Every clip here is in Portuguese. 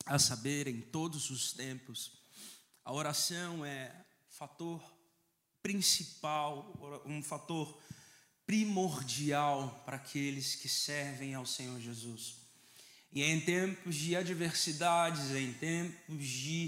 a saber, em todos os tempos, a oração é fator principal, um fator primordial para aqueles que servem ao Senhor Jesus. E em tempos de adversidades, em tempos de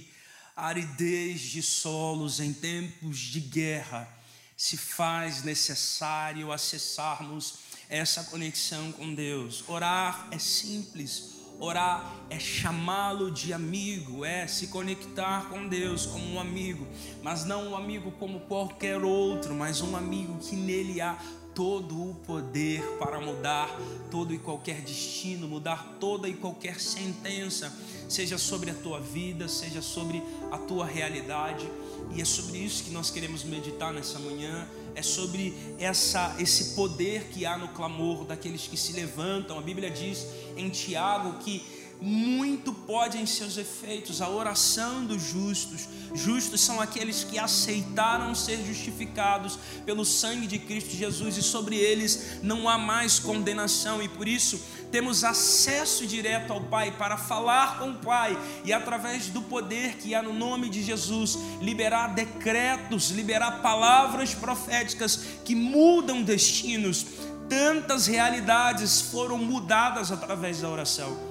aridez de solos, em tempos de guerra, se faz necessário acessarmos essa conexão com Deus. Orar é simples, orar é chamá-lo de amigo, é se conectar com Deus como um amigo, mas não um amigo como qualquer outro, mas um amigo que nele há todo o poder para mudar todo e qualquer destino, mudar toda e qualquer sentença, seja sobre a tua vida, seja sobre a tua realidade. E é sobre isso que nós queremos meditar nessa manhã. É sobre esse poder que há no clamor daqueles que se levantam. A Bíblia diz em Tiago que muito pode em seus efeitos a oração dos justos. Justos são aqueles que aceitaram ser justificados pelo sangue de Cristo Jesus, e sobre eles não há mais condenação, e por isso temos acesso direto ao Pai para falar com o Pai, e através do poder que há no nome de Jesus, liberar decretos, liberar palavras proféticas que mudam destinos. Tantas realidades foram mudadas através da oração.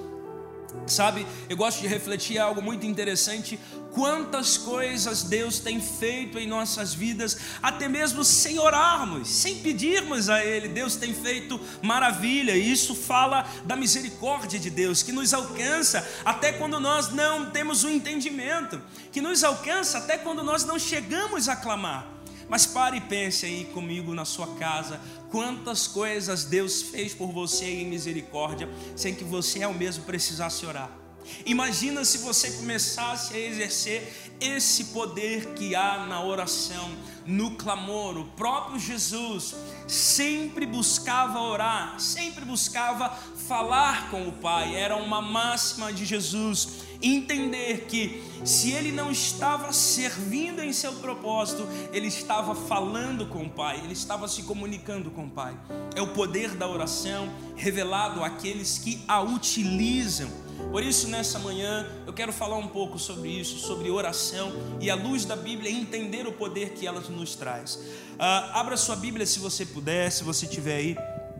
Sabe, eu gosto de refletir algo muito interessante. Quantas coisas Deus tem feito em nossas vidas, até mesmo sem orarmos, sem pedirmos a Ele. Deus tem feito maravilha, e isso fala da misericórdia de Deus, que nos alcança até quando nós não temos o entendimento, que nos alcança até quando nós não chegamos a clamar. Mas pare e pense aí comigo na sua casa, quantas coisas Deus fez por você em misericórdia, sem que você ao mesmo precisasse orar. Imagina se você começasse a exercer esse poder que há na oração, no clamor. O próprio Jesus sempre buscava orar, sempre buscava falar com o Pai. Era uma máxima de Jesus entender que se ele não estava servindo em seu propósito, ele estava falando com o Pai, ele estava se comunicando com o Pai. É o poder da oração revelado àqueles que a utilizam. Por isso, nessa manhã, eu quero falar um pouco sobre isso, sobre oração, e à luz da Bíblia, entender o poder que ela nos traz. Abra sua Bíblia se você puder, se você tiver aí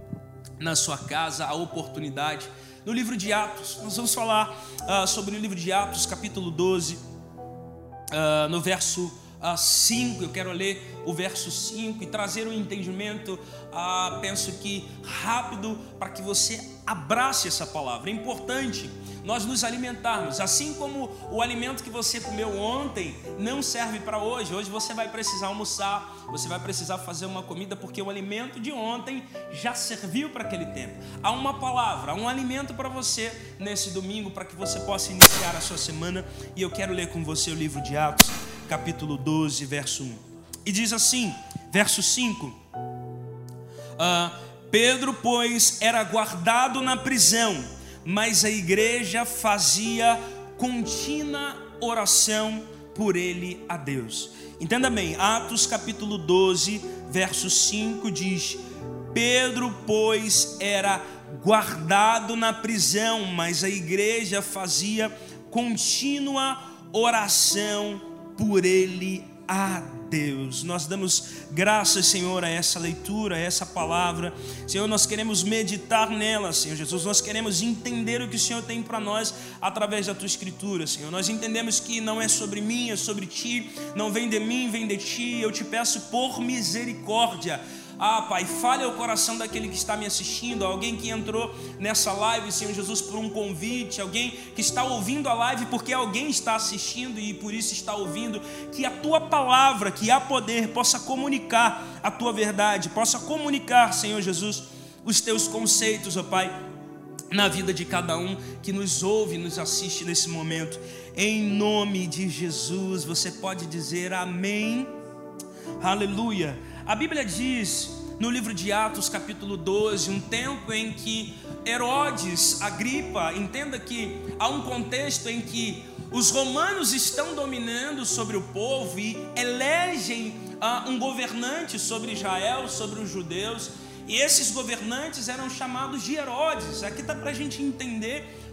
na sua casa a oportunidade. No livro de Atos, nós vamos falar sobre o livro de Atos, capítulo 12, no verso 5, eu quero ler o verso 5 e trazer um entendimento, penso que rápido, para que você abrace essa palavra. É importante nós nos alimentarmos, assim como o alimento que você comeu ontem não serve para hoje. Hoje você vai precisar almoçar, você vai precisar fazer uma comida, porque o alimento de ontem já serviu para aquele tempo. Há uma palavra, há um alimento para você nesse domingo, para que você possa iniciar a sua semana. E eu quero ler com você o livro de Atos, capítulo 12, verso 1. E diz assim, verso 5: Pedro, pois, era guardado na prisão, mas a igreja fazia contínua oração por ele a Deus. Entenda bem, Atos capítulo 12, verso 5 diz: Pedro, pois, era guardado na prisão, mas a igreja fazia contínua oração por ele a Deus. Nós damos graças, Senhor, a essa leitura, a essa palavra. Senhor, nós queremos meditar nela, Senhor Jesus. Nós queremos entender o que o Senhor tem para nós através da tua escritura, Senhor. Nós entendemos que não é sobre mim, é sobre ti. Não vem de mim, vem de ti. Eu te peço por misericórdia. Pai, fale ao coração daquele que está me assistindo, alguém que entrou nessa live, Senhor Jesus, por um convite, alguém que está ouvindo a live porque alguém está assistindo e por isso está ouvindo. Que a tua palavra, que há poder, possa comunicar a tua verdade, possa comunicar, Senhor Jesus, os teus conceitos, Pai, na vida de cada um que nos ouve, nos assiste nesse momento. Em nome de Jesus, você pode dizer amém, aleluia. A Bíblia diz no livro de Atos capítulo 12, um tempo em que Herodes Agripa, entenda que há um contexto em que os romanos estão dominando sobre o povo e elegem um governante sobre Israel, sobre os judeus, e esses governantes eram chamados de Herodes. Aqui está para a gente entender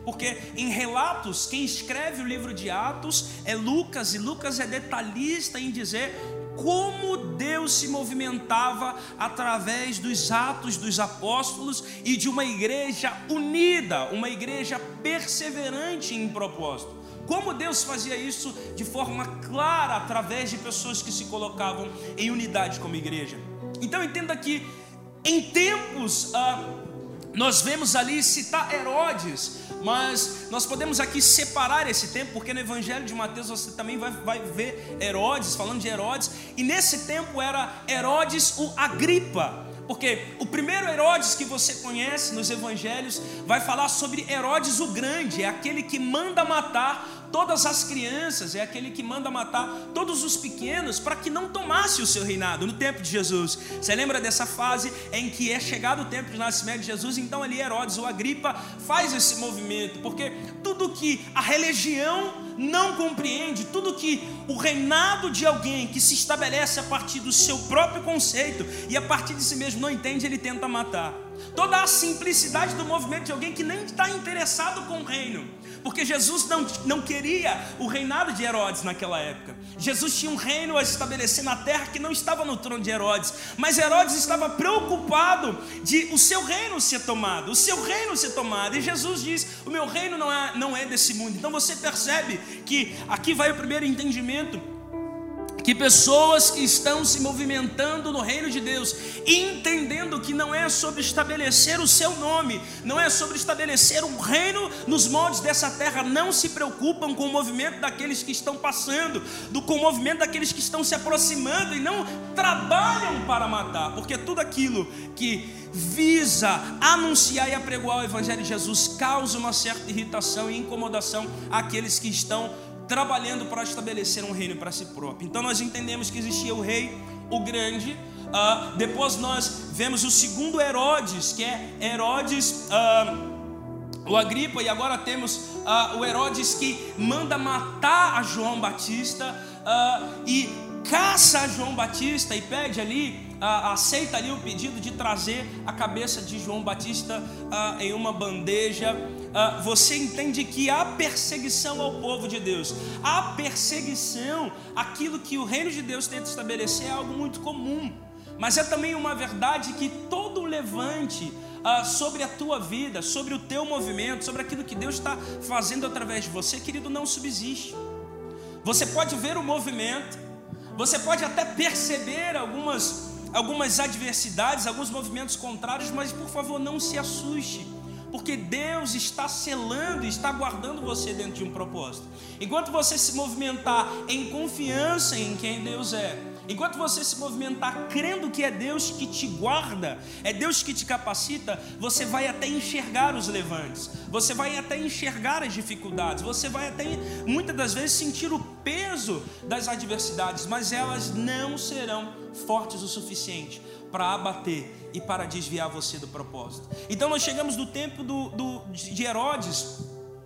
Porque em relatos, quem escreve o livro de Atos é Lucas, e Lucas é detalhista em dizer como Deus se movimentava através dos atos dos apóstolos e de uma igreja unida, uma igreja perseverante em propósito. Como Deus fazia isso de forma clara através de pessoas que se colocavam em unidade como igreja. Então entenda que em tempos nós vemos ali citar Herodes, mas nós podemos aqui separar esse tempo, porque no Evangelho de Mateus você também vai ver Herodes, falando de Herodes, e nesse tempo era Herodes o Agripa, porque o primeiro Herodes que você conhece nos Evangelhos vai falar sobre Herodes o Grande, é aquele que manda matar todas as crianças, é aquele que manda matar todos os pequenos para que não tomasse o seu reinado no tempo de Jesus. Você lembra dessa fase em que é chegado o tempo de nascimento de Jesus? Então ali Herodes o Agripa faz esse movimento, porque tudo que a religião não compreende, tudo que o reinado de alguém que se estabelece a partir do seu próprio conceito e a partir de si mesmo não entende, ele tenta matar. Toda a simplicidade do movimento de alguém que nem está interessado com o reino, porque Jesus não queria o reinado de Herodes naquela época. Jesus tinha um reino a estabelecer na terra que não estava no trono de Herodes, mas Herodes estava preocupado de o seu reino ser tomado, e Jesus diz: o meu reino não é desse mundo. Então você percebe que aqui vai o primeiro entendimento, que pessoas que estão se movimentando no reino de Deus, entendendo que não é sobre estabelecer o seu nome, não é sobre estabelecer um reino nos moldes dessa terra, não se preocupam com o movimento daqueles que estão passando, com o movimento daqueles que estão se aproximando, e não trabalham para matar, porque tudo aquilo que visa anunciar e apregoar o Evangelho de Jesus causa uma certa irritação e incomodação àqueles que estão trabalhando para estabelecer um reino para si próprio. Então nós entendemos que existia o rei, o grande. Depois nós vemos o segundo Herodes, que é Herodes o Agripa, e agora temos o Herodes que manda matar a João Batista e caça a João Batista e pede ali, aceita ali o pedido de trazer a cabeça de João Batista em uma bandeja. Você entende que há perseguição ao povo de Deus, há perseguição, aquilo que o reino de Deus tenta estabelecer é algo muito comum, mas é também uma verdade que todo levante sobre a tua vida, sobre o teu movimento, sobre aquilo que Deus está fazendo através de você, querido, não subsiste. Você pode ver o movimento, você pode até perceber algumas adversidades, alguns movimentos contrários, mas por favor não se assuste, porque Deus está selando e está guardando você dentro de um propósito. Enquanto você se movimentar em confiança em quem Deus é, enquanto você se movimentar crendo que é Deus que te guarda, é Deus que te capacita, você vai até enxergar os levantes, você vai até enxergar as dificuldades, você vai até muitas das vezes sentir o peso das adversidades, mas elas não serão fortes o suficiente para abater e para desviar você do propósito. Então nós chegamos no tempo de Herodes,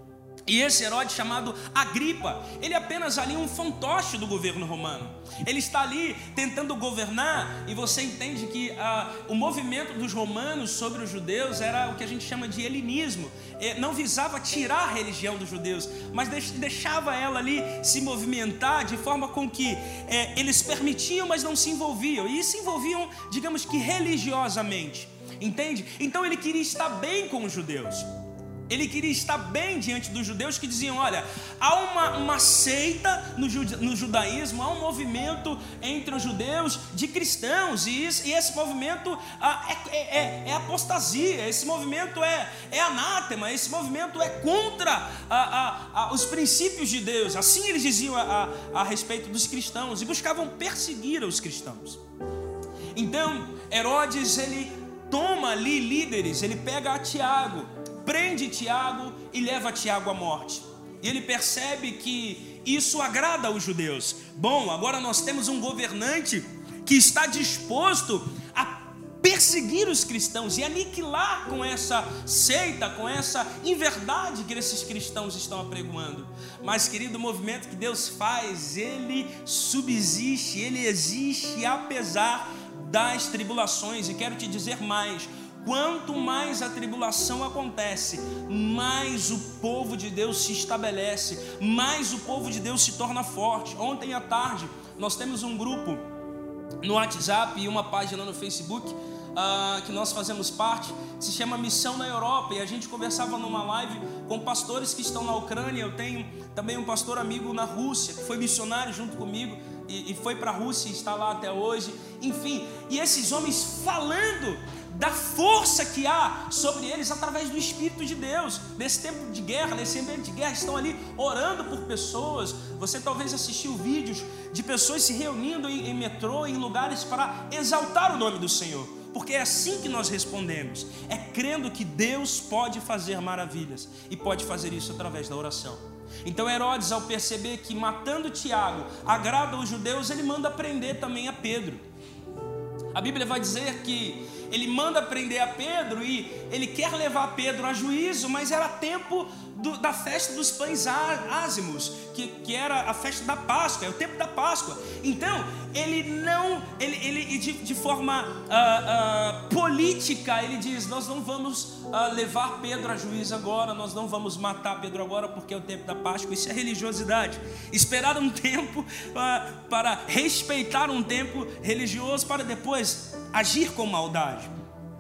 e esse Herodes chamado Agripa, ele é apenas ali um fantoche do governo romano. Ele está ali tentando governar, e você entende que o movimento dos romanos sobre os judeus era o que a gente chama de helenismo. Não visava tirar a religião dos judeus, mas deixava ela ali se movimentar de forma com que eles permitiam, mas não se envolviam, e se envolviam, digamos que religiosamente, entende? Então ele queria estar bem com os judeus. Ele queria estar bem diante dos judeus que diziam: olha, há uma seita no judaísmo, há um movimento entre os judeus de cristãos, e esse movimento é apostasia, esse movimento é anátema, esse movimento é contra os princípios de Deus. Assim eles diziam a respeito dos cristãos, e buscavam perseguir os cristãos. Então Herodes, ele toma ali líderes, ele pega Tiago, prende Tiago e leva Tiago à morte. E ele percebe que isso agrada aos judeus. Bom, agora nós temos um governante que está disposto a perseguir os cristãos e aniquilar com essa seita, com essa inverdade que esses cristãos estão apregoando. Mas, querido, o movimento que Deus faz, ele subsiste, ele existe apesar das tribulações. E quero te dizer mais: quanto mais a tribulação acontece, mais o povo de Deus se estabelece, mais o povo de Deus se torna forte. Ontem à tarde, nós temos um grupo no WhatsApp e uma página no Facebook que nós fazemos parte, se chama Missão na Europa, e a gente conversava numa live com pastores que estão na Ucrânia. Eu tenho também um pastor amigo na Rússia, que foi missionário junto comigo, e foi para a Rússia e está lá até hoje, enfim, e esses homens falando da força que há sobre eles através do Espírito de Deus. Nesse tempo de guerra, nesse ambiente de guerra, estão ali orando por pessoas. Você talvez assistiu vídeos de pessoas se reunindo em metrô, em lugares, para exaltar o nome do Senhor, porque é assim que nós respondemos, é crendo que Deus pode fazer maravilhas, e pode fazer isso através da oração. Então Herodes, ao perceber que matando Tiago agrada os judeus, ele manda prender também a Pedro. A Bíblia vai dizer que ele manda prender a Pedro e ele quer levar Pedro a juízo, mas era tempo da festa dos pães ázimos, que era a festa da Páscoa, é o tempo da Páscoa. Então ele de forma política, ele diz: nós não vamos levar Pedro a juízo agora, nós não vamos matar Pedro agora, porque é o tempo da Páscoa. Isso é religiosidade, esperar um tempo para respeitar um tempo religioso, para depois agir com maldade.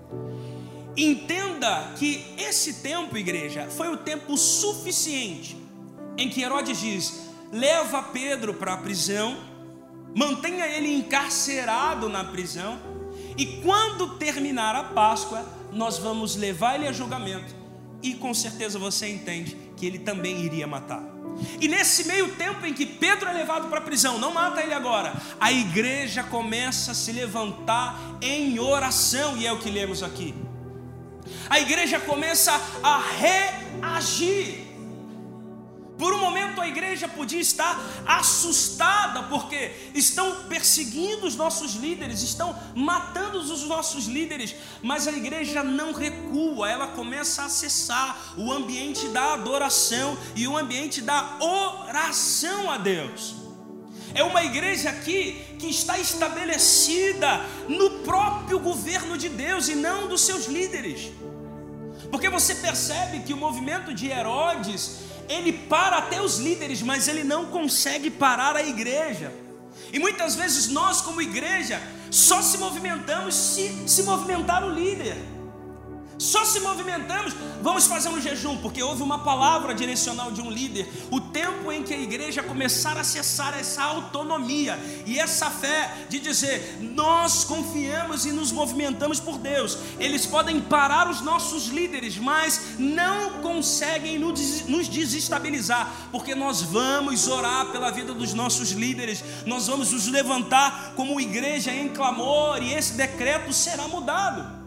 Entenda que esse tempo, igreja, foi o tempo suficiente em que Herodes diz: leva Pedro para a prisão, mantenha ele encarcerado na prisão, e quando terminar a Páscoa, nós vamos levar ele a julgamento. E com certeza você entende que ele também iria matar. E nesse meio tempo em que Pedro é levado para a prisão, não mata ele agora, a igreja começa a se levantar em oração, e é o que lemos aqui. A igreja começa a reagir. Por um momento a igreja podia estar assustada, porque estão perseguindo os nossos líderes, estão matando os nossos líderes, mas a igreja não recua, ela começa a acessar o ambiente da adoração e o ambiente da oração a Deus. É uma igreja aqui que está estabelecida no próprio governo de Deus e não dos seus líderes. Porque você percebe que o movimento de Herodes, ele para até os líderes, mas ele não consegue parar a igreja. E muitas vezes nós, como igreja, só se movimentamos se movimentar o líder. Só se movimentamos, vamos fazer um jejum, porque houve uma palavra direcional de um líder. O tempo em que a igreja começar a acessar essa autonomia e essa fé de dizer: nós confiamos e nos movimentamos por Deus. Eles podem parar os nossos líderes, mas não conseguem nos desestabilizar, porque nós vamos orar pela vida dos nossos líderes. Nós vamos nos levantar como igreja em clamor, e esse decreto será mudado.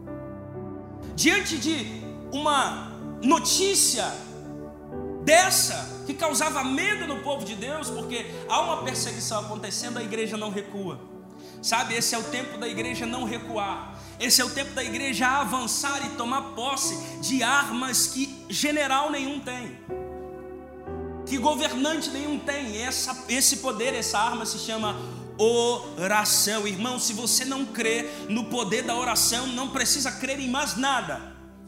Diante de uma notícia dessa, que causava medo no povo de Deus, porque há uma perseguição acontecendo, a igreja não recua. Sabe, esse é o tempo da igreja não recuar. Esse é o tempo da igreja avançar e tomar posse de armas que general nenhum tem, que governante nenhum tem. Esse poder, essa arma se chama oração. Irmão, se você não crê no poder da oração, não precisa crer em mais nada.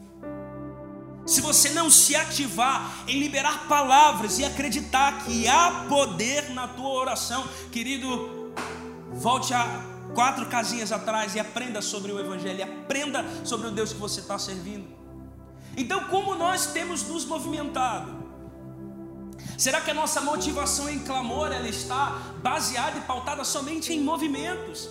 Se você não se ativar em liberar palavras e acreditar que há poder na tua oração, querido, volte a 4 casinhas atrás e aprenda sobre o Evangelho, aprenda sobre o Deus que você está servindo. Então, como nós temos nos movimentado? Será que a nossa motivação em clamor, ela está baseada e pautada somente em movimentos?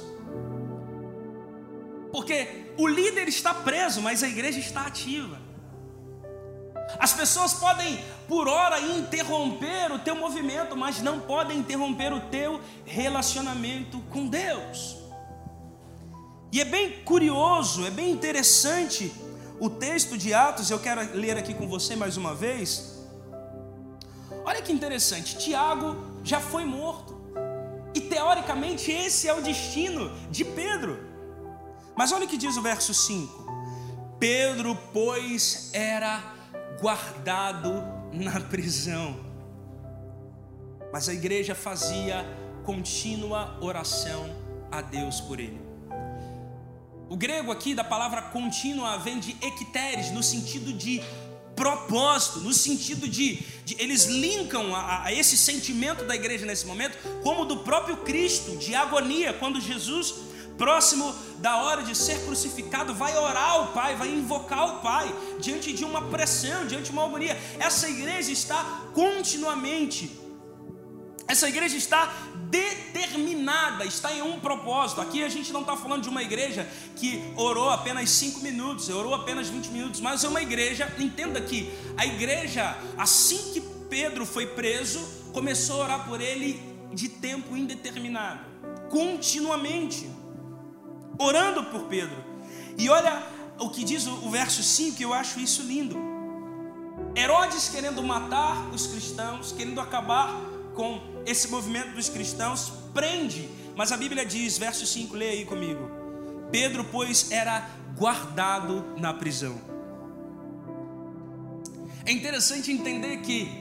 Porque o líder está preso, mas a igreja está ativa. As pessoas podem por hora interromper o teu movimento, mas não podem interromper o teu relacionamento com Deus. E é bem curioso, é bem interessante o texto de Atos. Eu quero ler aqui com você mais uma vez. Olha que interessante, Tiago já foi morto, e teoricamente esse é o destino de Pedro. Mas olha o que diz o verso 5: Pedro, pois, era guardado na prisão, mas a igreja fazia contínua oração a Deus por ele. O grego aqui da palavra contínua vem de ekteres, no sentido de propósito, no sentido de eles linkam a esse sentimento da igreja nesse momento como do próprio Cristo, de agonia, quando Jesus, próximo da hora de ser crucificado, vai orar ao Pai, vai invocar o Pai, diante de uma pressão, diante de uma agonia. Essa igreja está continuamente, essa igreja está determinada, está em um propósito. Aqui a gente não está falando de uma igreja que orou apenas 5 minutos, orou apenas 20 minutos, mas é uma igreja, entenda que a igreja, assim que Pedro foi preso, começou a orar por ele de tempo indeterminado, continuamente, orando por Pedro. E olha o que diz o verso 5, que eu acho isso lindo. Herodes querendo matar os cristãos, querendo acabar com esse movimento dos cristãos, prende, mas a Bíblia diz, verso 5, leia aí comigo: Pedro, pois, era guardado na prisão. É interessante entender que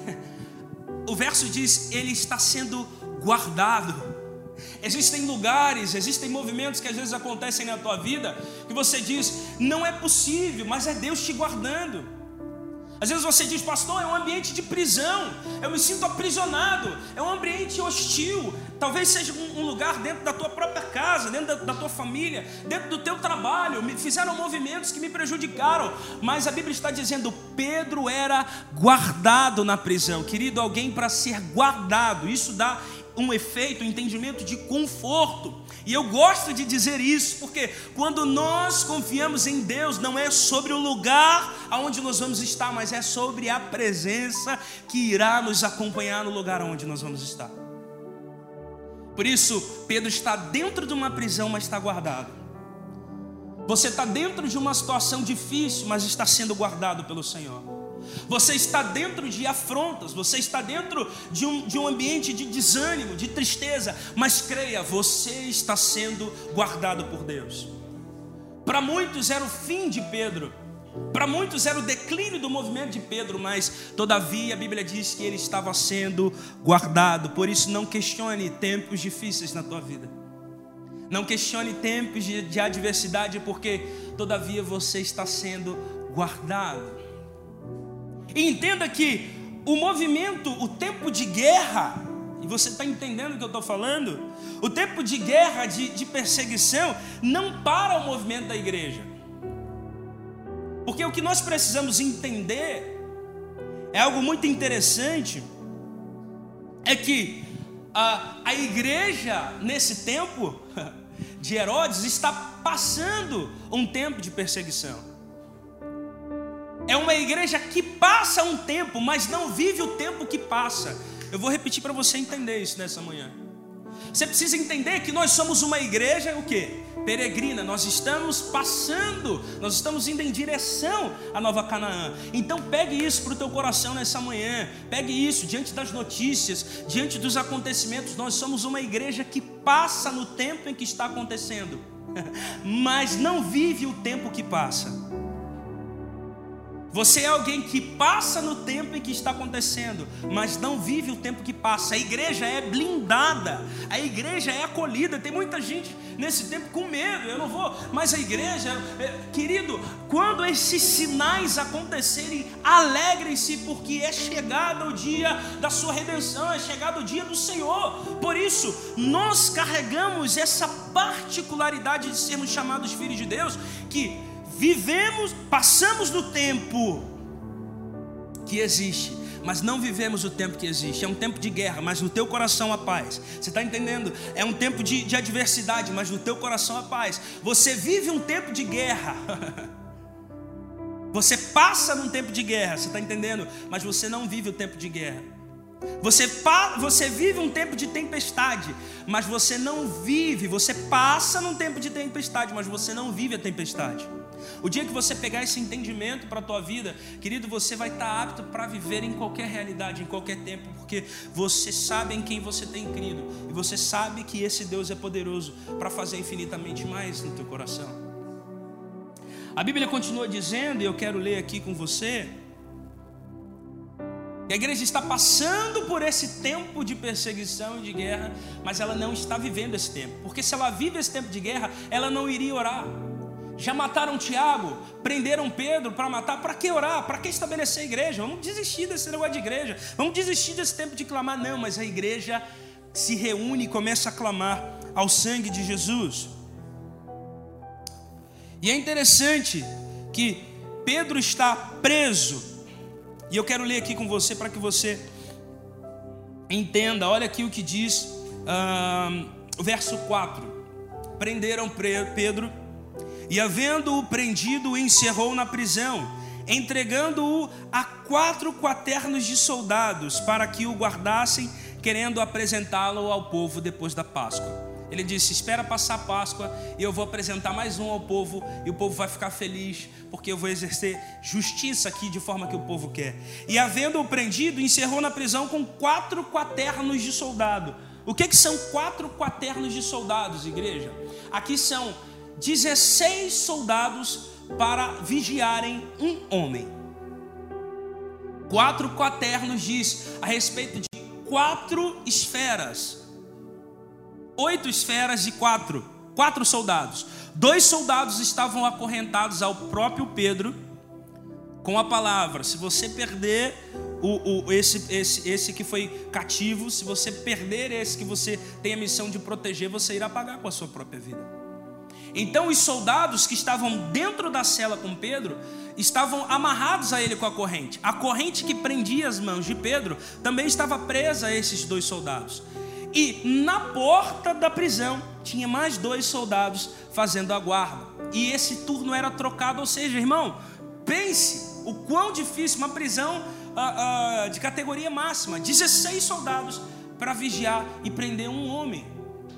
o verso diz, ele está sendo guardado. Existem lugares, existem movimentos que às vezes acontecem na tua vida, que você diz, não é possível, mas é Deus te guardando. Às vezes você diz, pastor, é um ambiente de prisão, eu me sinto aprisionado, é um ambiente hostil. Talvez seja um lugar dentro da tua própria casa, dentro da tua família, dentro do teu trabalho. Me fizeram movimentos que me prejudicaram, mas a Bíblia está dizendo, Pedro era guardado na prisão. Querido, alguém para ser guardado, isso dá um efeito, um entendimento de conforto. E eu gosto de dizer isso, porque quando nós confiamos em Deus, não é sobre o lugar aonde nós vamos estar, mas é sobre a presença que irá nos acompanhar no lugar aonde nós vamos estar. Por isso, Pedro está dentro de uma prisão, mas está guardado. Você está dentro de uma situação difícil, mas está sendo guardado pelo Senhor. Você está dentro de afrontas, você está dentro de um ambiente de desânimo, de tristeza, mas creia, você está sendo guardado por Deus. Para muitos era o fim de Pedro, para muitos era o declínio do movimento de Pedro, mas todavia a Bíblia diz que ele estava sendo guardado. Por isso não questione tempos difíceis na tua vida, não questione tempos de adversidade, porque todavia você está sendo guardado. E entenda que o movimento, o tempo de guerra, e você está entendendo o que eu estou falando? O tempo de guerra, de perseguição, não para o movimento da igreja. Porque o que nós precisamos entender é algo muito interessante, é que a igreja, nesse tempo de Herodes, está passando um tempo de perseguição. É uma igreja que passa um tempo, mas não vive o tempo que passa. Eu vou repetir para você entender isso nessa manhã. Você precisa entender que nós somos uma igreja, o quê? Peregrina. Nós estamos passando, nós estamos indo em direção à Nova Canaã. Então pegue isso para o teu coração nessa manhã. Pegue isso diante das notícias, diante dos acontecimentos. Nós somos uma igreja que passa no tempo em que está acontecendo, mas não vive o tempo que passa. Você é alguém que passa no tempo em que está acontecendo, mas não vive o tempo que passa. A igreja é blindada, a igreja é acolhida. Tem muita gente nesse tempo com medo, eu não vou. Mas a igreja, querido, quando esses sinais acontecerem, alegrem-se, porque é chegado o dia da sua redenção, é chegado o dia do Senhor. Por isso, nós carregamos essa particularidade de sermos chamados filhos de Deus, que vivemos, passamos do tempo que existe, mas não vivemos o tempo que existe. É um tempo de guerra, mas no teu coração há paz. Você está entendendo? É um tempo de adversidade, mas no teu coração há paz. Você vive um tempo de guerra. Você passa num tempo de guerra, você está entendendo? Mas você não vive o tempo de guerra. Você vive um tempo de tempestade, mas você não vive. Você passa num tempo de tempestade, mas você não vive a tempestade. O dia que você pegar esse entendimento para a tua vida, querido, você vai estar apto para viver em qualquer realidade, em qualquer tempo, porque você sabe em quem você tem crido, e você sabe que esse Deus é poderoso para fazer infinitamente mais no teu coração. A Bíblia continua dizendo, e eu quero ler aqui com você, E a igreja está passando por esse tempo de perseguição e de guerra, mas ela não está vivendo esse tempo. Porque se ela vive esse tempo de guerra, ela não iria orar. Já mataram Tiago, prenderam Pedro para matar. Para que orar? Para que estabelecer a igreja? Vamos desistir desse negócio de igreja. Vamos desistir desse tempo de clamar. Não, mas a igreja se reúne e começa a clamar ao sangue de Jesus. E é interessante que Pedro está preso. E eu quero ler aqui com você para que você entenda. Olha aqui o que diz o verso 4. Prenderam Pedro e, havendo-o prendido, o encerrou na prisão, entregando-o a 4 quaternos de soldados para que o guardassem, querendo apresentá-lo ao povo depois da Páscoa. Ele disse: espera passar a Páscoa e eu vou apresentar mais um ao povo, e o povo vai ficar feliz, porque eu vou exercer justiça aqui de forma que o povo quer. E, havendo-o prendido, encerrou na prisão com 4 quaternos de soldado. O que são 4 quaternos de soldados, igreja? Aqui são 16 soldados para vigiarem um homem. 4 quaternos diz a respeito de 4 esferas. 8 esferas e 4 soldados. 2 soldados estavam acorrentados ao próprio Pedro com a palavra: se você perder esse que foi cativo, se você perder esse que você tem a missão de proteger, você irá pagar com a sua própria vida. Então os soldados que estavam dentro da cela com Pedro estavam amarrados a ele com a corrente. A corrente que prendia as mãos de Pedro também estava presa a esses 2 soldados. E na porta da prisão tinha mais 2 soldados fazendo a guarda. E esse turno era trocado. Ou seja, irmão, pense o quão difícil, uma prisão de categoria máxima. 16 soldados para vigiar e prender um homem.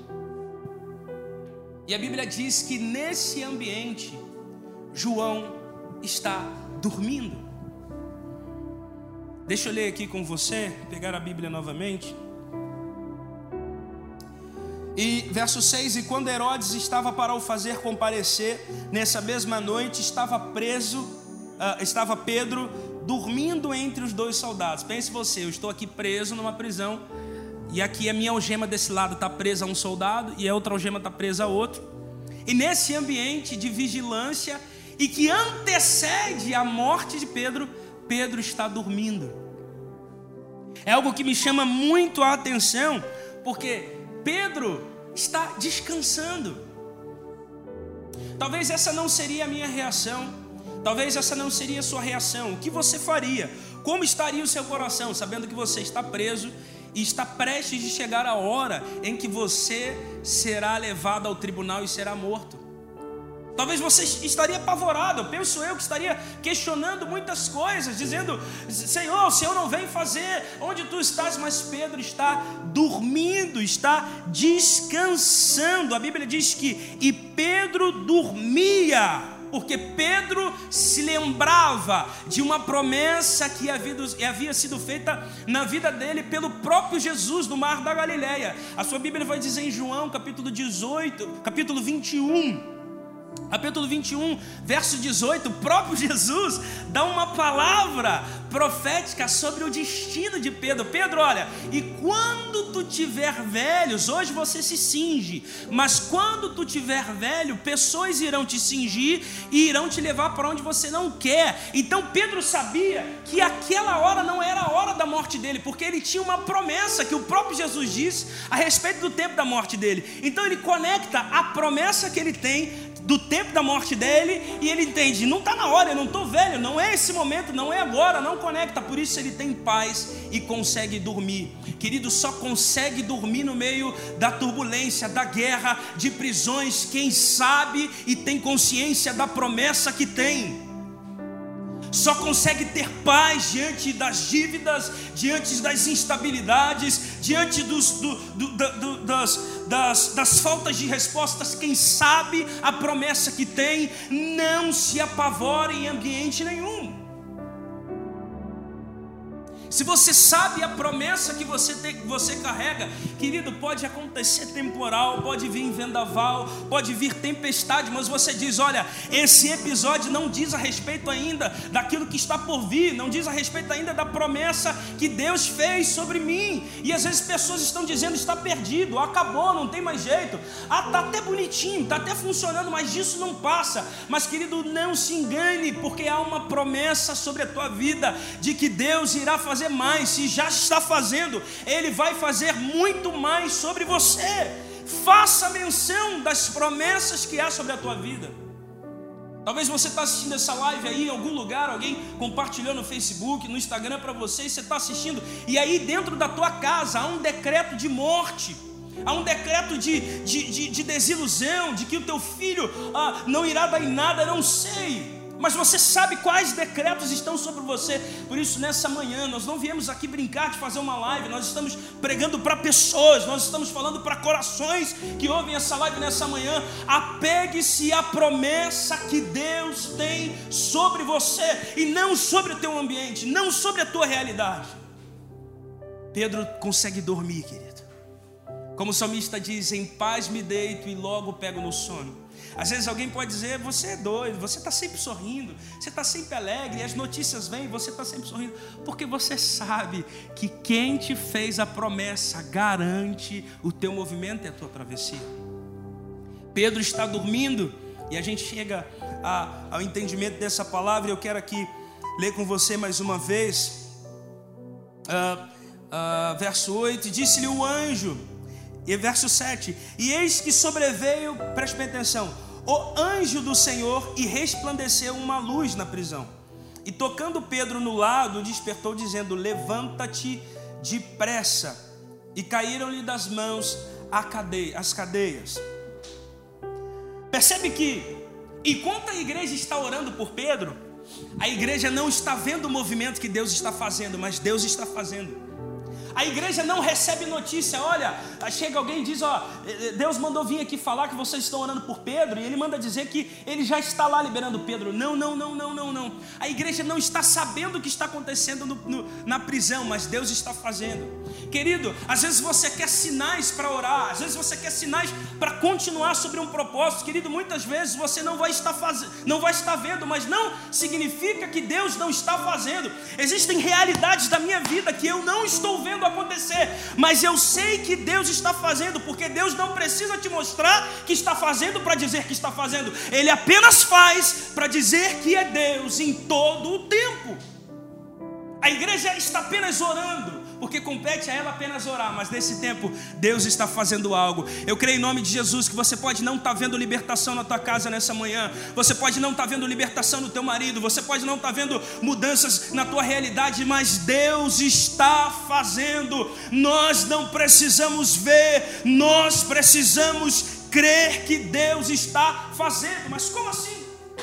E a Bíblia diz que nesse ambiente João está dormindo. Deixa eu ler aqui com você, pegar a Bíblia novamente. E verso 6: e quando Herodes estava para o fazer comparecer, nessa mesma noite estava Pedro dormindo entre os 2 soldados. Pense você, eu estou aqui preso numa prisão, e aqui a minha algema desse lado está presa a um soldado, e a outra algema está presa a outro. E nesse ambiente de vigilância, e que antecede a morte de Pedro, Pedro está dormindo. É algo que me chama muito a atenção, porque Pedro está descansando. Talvez essa não seria a minha reação, talvez essa não seria a sua reação. O que você faria? Como estaria o seu coração, sabendo que você está preso e está prestes de chegar a hora em que você será levado ao tribunal e será morto? Talvez você estaria apavorado, penso eu que estaria questionando muitas coisas, dizendo: Senhor, o Senhor não vem fazer onde tu estás. Mas Pedro está dormindo, está descansando. A Bíblia diz que e Pedro dormia, porque Pedro se lembrava de uma promessa que havia sido feita na vida dele pelo próprio Jesus no mar da Galileia. A sua Bíblia vai dizer em João capítulo 21, verso 18, o próprio Jesus dá uma palavra profética sobre o destino de Pedro. Pedro, olha, e quando tu tiver velhos, hoje você se cinge, mas quando tu tiver velho, pessoas irão te cingir e irão te levar para onde você não quer. Então Pedro sabia que aquela hora não era a hora da morte dele, porque ele tinha uma promessa que o próprio Jesus disse a respeito do tempo da morte dele. Então ele conecta a promessa que ele tem do tempo da morte dele, e ele entende: não está na hora, eu não estou velho, não é esse momento, não é agora, não conecta. Por isso ele tem paz e consegue dormir. Querido, só consegue dormir no meio da turbulência, da guerra, de prisões, quem sabe e tem consciência da promessa que tem. Só consegue ter paz diante das dívidas, diante das instabilidades, diante das faltas de respostas. Quem sabe a promessa que tem, não se apavora em ambiente nenhum. Se você sabe a promessa que você carrega, querido, pode acontecer temporal, pode vir vendaval, pode vir tempestade, mas você diz: olha, esse episódio não diz a respeito ainda daquilo que está por vir, não diz a respeito ainda da promessa que Deus fez sobre mim. E às vezes pessoas estão dizendo: está perdido, acabou, não tem mais jeito, está até bonitinho, está até funcionando, mas disso não passa. Mas querido, não se engane, porque há uma promessa sobre a tua vida, de que Deus irá fazer mais. Se já está fazendo, Ele vai fazer muito mais sobre você. Faça menção das promessas que há sobre a tua vida. Talvez você está assistindo essa live aí em algum lugar, alguém compartilhou no Facebook, no Instagram para você, e você está assistindo, e aí dentro da tua casa há um decreto de morte, há um decreto de desilusão, de que o teu filho não irá dar em nada, não sei. Mas você sabe quais decretos estão sobre você. Por isso, nessa manhã, nós não viemos aqui brincar de fazer uma live. Nós estamos pregando para pessoas, nós estamos falando para corações que ouvem essa live nessa manhã. Apegue-se à promessa que Deus tem sobre você, e não sobre o teu ambiente, não sobre a tua realidade. Pedro consegue dormir, querido. Como o salmista diz: em paz me deito e logo pego no sono. Às vezes alguém pode dizer: você é doido, você está sempre sorrindo, você está sempre alegre, e as notícias vêm e você está sempre sorrindo. Porque você sabe que quem te fez a promessa garante o teu movimento e a tua travessia. Pedro está dormindo, e a gente chega ao entendimento dessa palavra. Eu quero aqui ler com você mais uma vez, verso 8, disse-lhe o anjo, e verso 7, e eis que sobreveio, preste bem atenção, o anjo do Senhor, e resplandeceu uma luz na prisão, e tocando Pedro no lado, despertou dizendo: levanta-te depressa. E caíram-lhe das mãos as cadeias. Percebe que enquanto a igreja está orando por Pedro, a igreja não está vendo o movimento que Deus está fazendo, mas Deus está fazendo. A igreja não recebe notícia: olha, chega alguém e diz: Deus mandou vir aqui falar que vocês estão orando por Pedro, e Ele manda dizer que Ele já está lá liberando Pedro. Não. A igreja não está sabendo o que está acontecendo na prisão, mas Deus está fazendo. Querido, às vezes você quer sinais para orar, às vezes você quer sinais para continuar sobre um propósito. Querido, muitas vezes você não vai estar vendo, mas não significa que Deus não está fazendo. Existem realidades da minha vida que eu não estou vendo acontecer, mas eu sei que Deus está fazendo, porque Deus não precisa te mostrar que está fazendo para dizer que está fazendo. Ele apenas faz para dizer que é Deus em todo o tempo. A igreja está apenas orando, porque compete a ela apenas orar, mas nesse tempo Deus está fazendo algo. Eu creio em nome de Jesus que você pode não estar vendo libertação na tua casa nessa manhã, você pode não estar vendo libertação no teu marido, você pode não estar vendo mudanças na tua realidade, mas Deus está fazendo. Nós não precisamos ver, nós precisamos crer que Deus está fazendo. Mas como assim?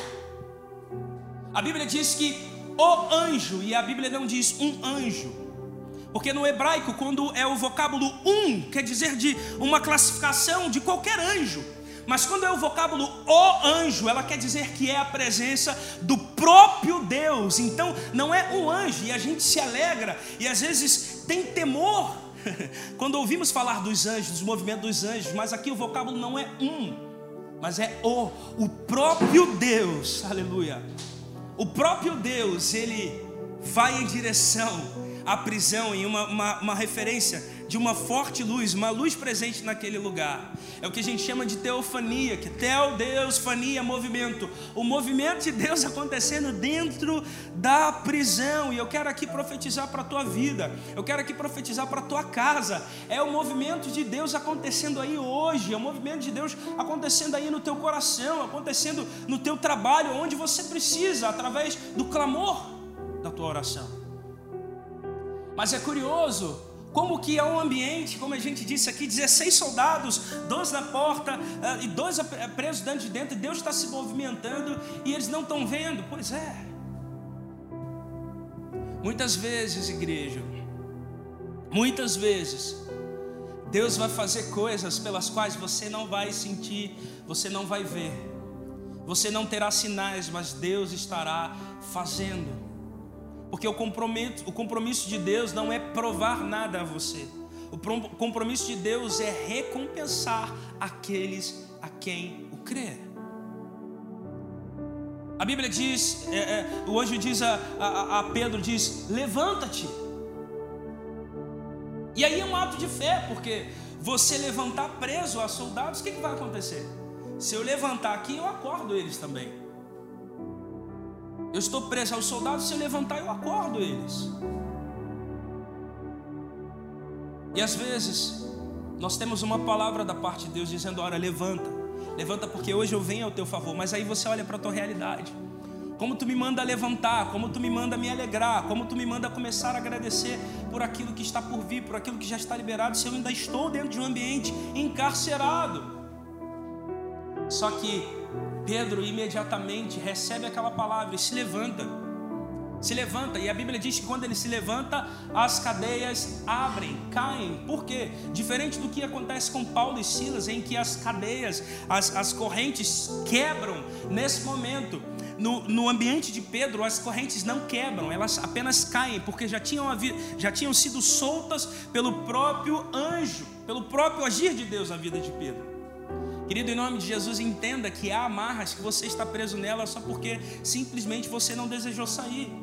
A Bíblia diz que o anjo, e a Bíblia não diz um anjo, porque no hebraico, quando é o vocábulo quer dizer de uma classificação de qualquer anjo. Mas quando é o vocábulo o anjo, ela quer dizer que é a presença do próprio Deus. Então não é um anjo, e a gente se alegra, e às vezes tem temor quando ouvimos falar dos anjos, dos movimentos dos anjos. Mas aqui o vocábulo não é mas é o próprio Deus. Aleluia. O próprio Deus, Ele vai em direção à prisão, em uma referência de uma forte luz, uma luz presente naquele lugar. É o que a gente chama de teofania, que teo, Deus, fania, movimento. O movimento de Deus acontecendo dentro da prisão. E eu quero aqui profetizar para a tua vida, eu quero aqui profetizar para a tua casa. É o movimento de Deus acontecendo aí hoje, é o movimento de Deus acontecendo aí no teu coração, acontecendo no teu trabalho, onde você precisa, através do clamor da tua oração. Mas é curioso como que é um ambiente, como a gente disse aqui, 16 soldados, 12 na porta e 12 presos dentro de dentro, e Deus está se movimentando e eles não estão vendo. Pois é. Muitas vezes, igreja, muitas vezes, Deus vai fazer coisas pelas quais você não vai sentir, você não vai ver, você não terá sinais, mas Deus estará fazendo. Porque o compromisso de Deus não é provar nada a você. O compromisso de Deus é recompensar aqueles a quem o crê. A Bíblia diz, o anjo diz a Pedro, diz: levanta-te. E aí é um ato de fé, porque você levantar preso a soldados, o que vai acontecer? Se eu levantar aqui, eu acordo eles também. Eu estou preso aos soldados, se eu levantar, eu acordo eles. E às vezes nós temos uma palavra da parte de Deus dizendo: olha, levanta porque hoje eu venho ao teu favor. Mas aí você olha para a tua realidade, como tu me manda levantar, como tu me manda me alegrar, como tu me manda começar a agradecer por aquilo que está por vir, por aquilo que já está liberado, se eu ainda estou dentro de um ambiente encarcerado. Só que Pedro imediatamente recebe aquela palavra e se levanta, e a Bíblia diz que quando ele se levanta, as cadeias abrem, caem. Por quê? Diferente do que acontece com Paulo e Silas, em que as cadeias, as correntes quebram. Nesse momento, no ambiente de Pedro, as correntes não quebram, elas apenas caem, porque já tinham sido soltas pelo próprio anjo, pelo próprio agir de Deus na vida de Pedro. Querido, em nome de Jesus, entenda que há amarras que você está preso nela só porque simplesmente você não desejou sair.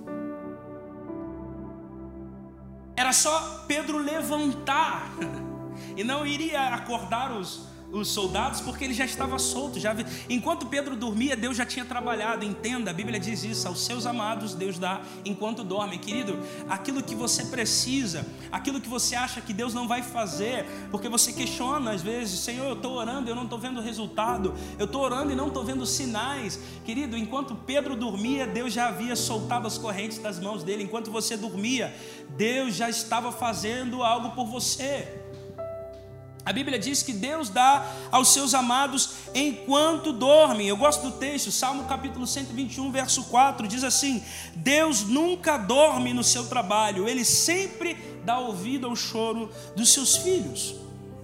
Era só Pedro levantar e não iria acordar os soldados, porque ele já estava solto. Enquanto Pedro dormia, Deus já tinha trabalhado. Entenda, a Bíblia diz isso: aos seus amados Deus dá enquanto dormem. Querido, aquilo que você precisa, aquilo que você acha que Deus não vai fazer, porque você questiona às vezes: Senhor, eu estou orando e eu não estou vendo resultado, eu estou orando e não estou vendo sinais. Querido, enquanto Pedro dormia, Deus já havia soltado as correntes das mãos dele. Enquanto você dormia, Deus já estava fazendo algo por você. A Bíblia diz que Deus dá aos seus amados enquanto dormem. Eu gosto do texto, Salmo capítulo 121, verso 4, diz assim: Deus nunca dorme no seu trabalho, Ele sempre dá ouvido ao choro dos seus filhos.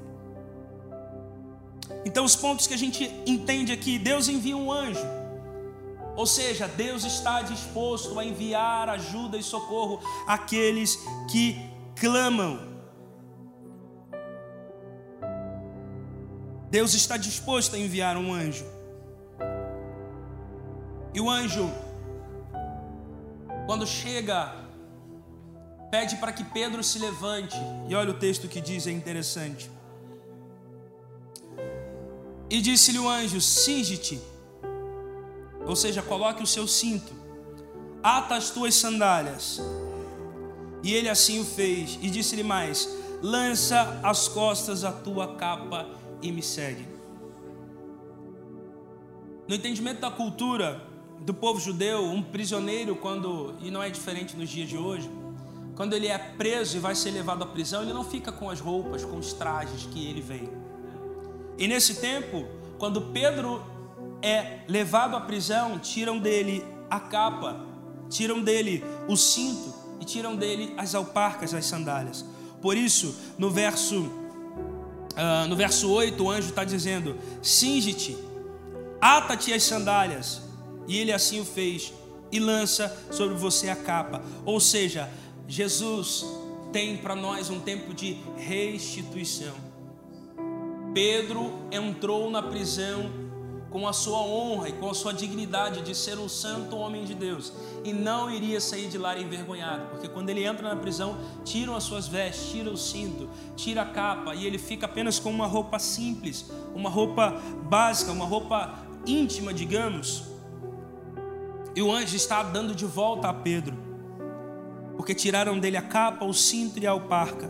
Então os pontos que a gente entende aqui: Deus envia um anjo, ou seja, Deus está disposto a enviar ajuda e socorro àqueles que clamam. Deus está disposto a enviar um anjo. E o anjo, quando chega, pede para que Pedro se levante. E olha o texto que diz, é interessante. E disse-lhe o anjo: cinge-te, ou seja, coloque o seu cinto, ata as tuas sandálias. E ele assim o fez. E disse-lhe mais: lança às costas a tua capa e me segue. No entendimento da cultura do povo judeu, um prisioneiro, e não é diferente nos dias de hoje, quando ele é preso e vai ser levado à prisão, ele não fica com as roupas, com os trajes que ele vem. E nesse tempo, quando Pedro é levado à prisão, tiram dele a capa, tiram dele o cinto e tiram dele as alparcas, as sandálias. Por isso, no verso 8, o anjo está dizendo: cinge-te, ata-te as sandálias. E ele assim o fez, e lança sobre você a capa. Ou seja, Jesus tem para nós um tempo de restituição. Pedro entrou na prisão com a sua honra e com a sua dignidade de ser um santo homem de Deus, e não iria sair de lá envergonhado, porque quando ele entra na prisão, tiram as suas vestes, tira o cinto, tira a capa, e ele fica apenas com uma roupa simples, uma roupa básica, uma roupa íntima, digamos. E o anjo está dando de volta a Pedro, porque tiraram dele a capa, o cinto e a alparca.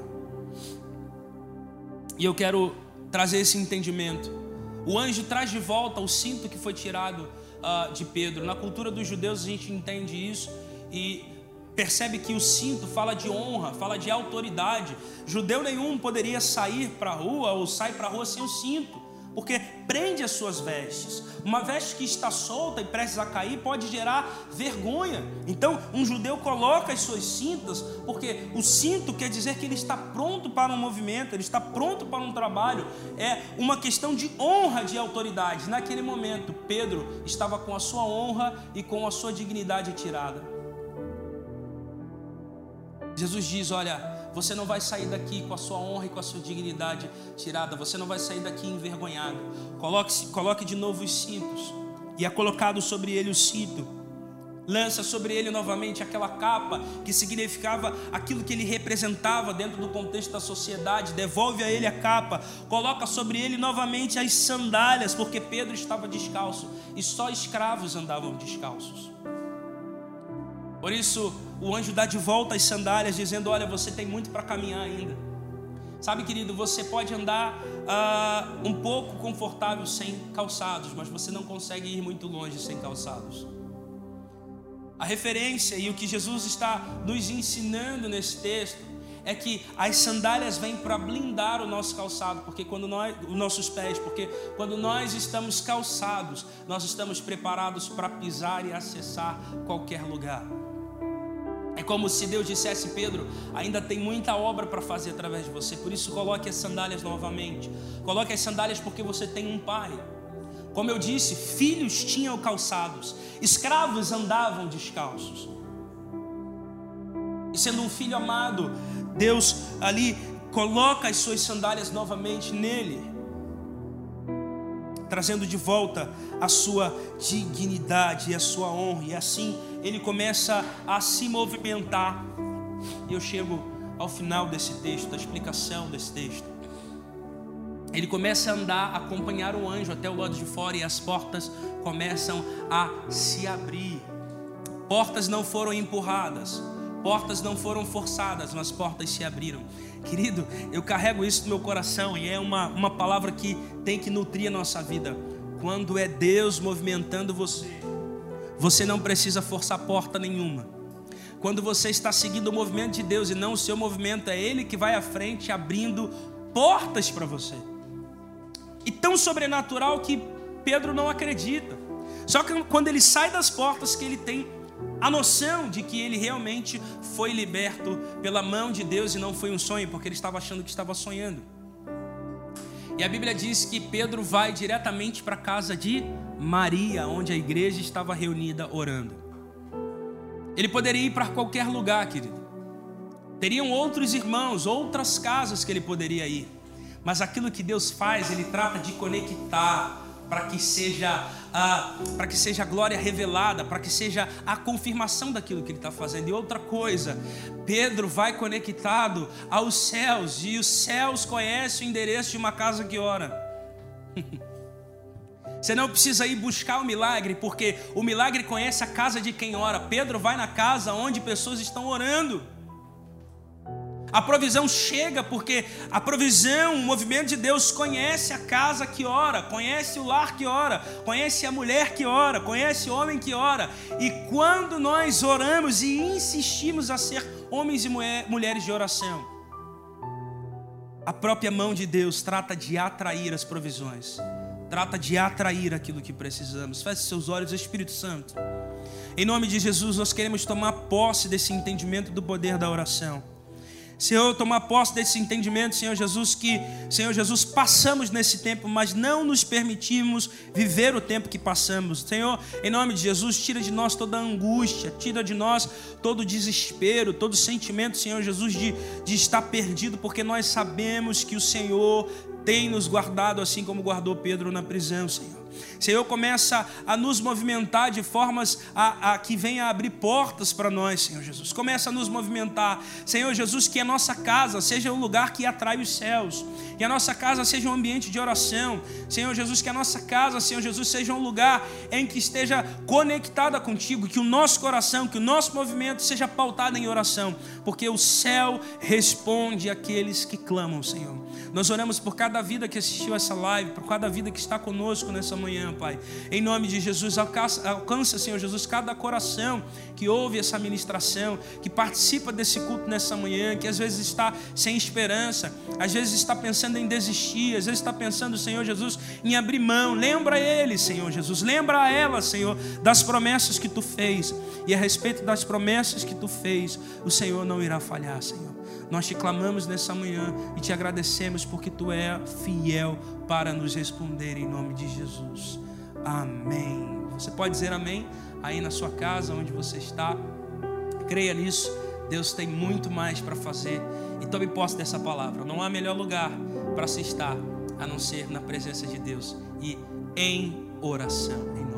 E eu quero trazer esse entendimento. O anjo traz de volta o cinto que foi tirado de Pedro. Na cultura dos judeus a gente entende isso e percebe que o cinto fala de honra, fala de autoridade. Judeu nenhum poderia sair para a rua ou sair para a rua sem o cinto, porque prende as suas vestes. Uma veste que está solta e prestes a cair pode gerar vergonha. Então um judeu coloca as suas cintas, porque o cinto quer dizer que ele está pronto para um movimento, ele está pronto para um trabalho. É uma questão de honra, de autoridade. Naquele momento Pedro estava com a sua honra e com a sua dignidade tirada. Jesus diz: olha, você não vai sair daqui com a sua honra e com a sua dignidade tirada, você não vai sair daqui envergonhado. Coloque de novo os cintos. E é colocado sobre ele o cinto. Lança sobre ele novamente aquela capa que significava aquilo que ele representava dentro do contexto da sociedade. Devolve a ele a capa, coloca sobre ele novamente as sandálias, porque Pedro estava descalço e só escravos andavam descalços. Por isso o anjo dá de volta as sandálias, dizendo: olha, você tem muito para caminhar ainda. Sabe, querido, você pode andar um pouco confortável sem calçados, mas você não consegue ir muito longe sem calçados. A referência e o que Jesus está nos ensinando nesse texto é que as sandálias vêm para blindar o nosso calçado, porque os nossos pés, porque quando nós estamos calçados, nós estamos preparados para pisar e acessar qualquer lugar. É como se Deus dissesse: Pedro, ainda tem muita obra para fazer através de você, por isso coloque as sandálias novamente. Coloque as sandálias porque você tem um pai. Como eu disse, filhos tinham calçados, escravos andavam descalços. E sendo um filho amado, Deus ali coloca as suas sandálias novamente nele, trazendo de volta a sua dignidade e a sua honra. E assim ele começa a se movimentar. E eu chego ao final desse texto, da explicação desse texto. Ele começa a andar, acompanhar o anjo até o lado de fora, e as portas começam a se abrir. Portas não foram empurradas, portas não foram forçadas, mas portas se abriram. Querido, eu carrego isso no meu coração, e é uma palavra que tem que nutrir a nossa vida. Quando é Deus movimentando você, você não precisa forçar porta nenhuma. Quando você está seguindo o movimento de Deus e não o seu movimento, é Ele que vai à frente abrindo portas para você. E tão sobrenatural que Pedro não acredita. Só que quando ele sai das portas, que ele tem a noção de que ele realmente foi liberto pela mão de Deus e não foi um sonho, porque ele estava achando que estava sonhando. E a Bíblia diz que Pedro vai diretamente para a casa de Maria, onde a igreja estava reunida orando. Ele poderia ir para qualquer lugar, querido. Teriam outros irmãos, outras casas que ele poderia ir. Mas aquilo que Deus faz, Ele trata de conectar para que seja a glória revelada, para que seja a confirmação daquilo que Ele está fazendo. E outra coisa, Pedro vai conectado aos céus, e os céus conhecem o endereço de uma casa que ora. Você não precisa ir buscar o milagre, porque o milagre conhece a casa de quem ora. Pedro vai na casa onde pessoas estão orando. A provisão chega porque a provisão, o movimento de Deus conhece a casa que ora, conhece o lar que ora, conhece a mulher que ora, conhece o homem que ora. E quando nós oramos e insistimos a ser homens e mulheres de oração, a própria mão de Deus trata de atrair as provisões, trata de atrair aquilo que precisamos. Feche seus olhos, Espírito Santo. Em nome de Jesus, nós queremos tomar posse desse entendimento do poder da oração. Senhor, tomar posse desse entendimento, Senhor Jesus, passamos nesse tempo, mas não nos permitimos viver o tempo que passamos. Senhor, em nome de Jesus, tira de nós toda a angústia, tira de nós todo o desespero, todo o sentimento, Senhor Jesus, de estar perdido, porque nós sabemos que o Senhor tem nos guardado assim como guardou Pedro na prisão, Senhor. Senhor, começa a nos movimentar de formas que venha a abrir portas para nós, Senhor Jesus. Começa a nos movimentar, Senhor Jesus, que a nossa casa seja um lugar que atrai os céus, que a nossa casa seja um ambiente de oração, Senhor Jesus, que a nossa casa, Senhor Jesus, seja um lugar em que esteja conectada contigo, que o nosso coração, que o nosso movimento seja pautado em oração, porque o céu responde àqueles que clamam, Senhor. Nós oramos por cada vida que assistiu essa live, por cada vida que está conosco nessa manhã, Pai. Em nome de Jesus, alcança, Senhor Jesus, cada coração que ouve essa ministração, que participa desse culto nessa manhã, que às vezes está sem esperança, às vezes está pensando em desistir, às vezes está pensando, Senhor Jesus, em abrir mão. Lembra ele, Senhor Jesus, lembra ela, Senhor, das promessas que Tu fez. E a respeito das promessas que Tu fez, o Senhor não irá falhar, Senhor. Nós Te clamamos nessa manhã e Te agradecemos porque Tu é fiel para nos responder, em nome de Jesus. Amém. Você pode dizer amém aí na sua casa, onde você está. Creia nisso. Deus tem muito mais para fazer. E tome posse dessa palavra. Não há melhor lugar para se estar a não ser na presença de Deus e em oração.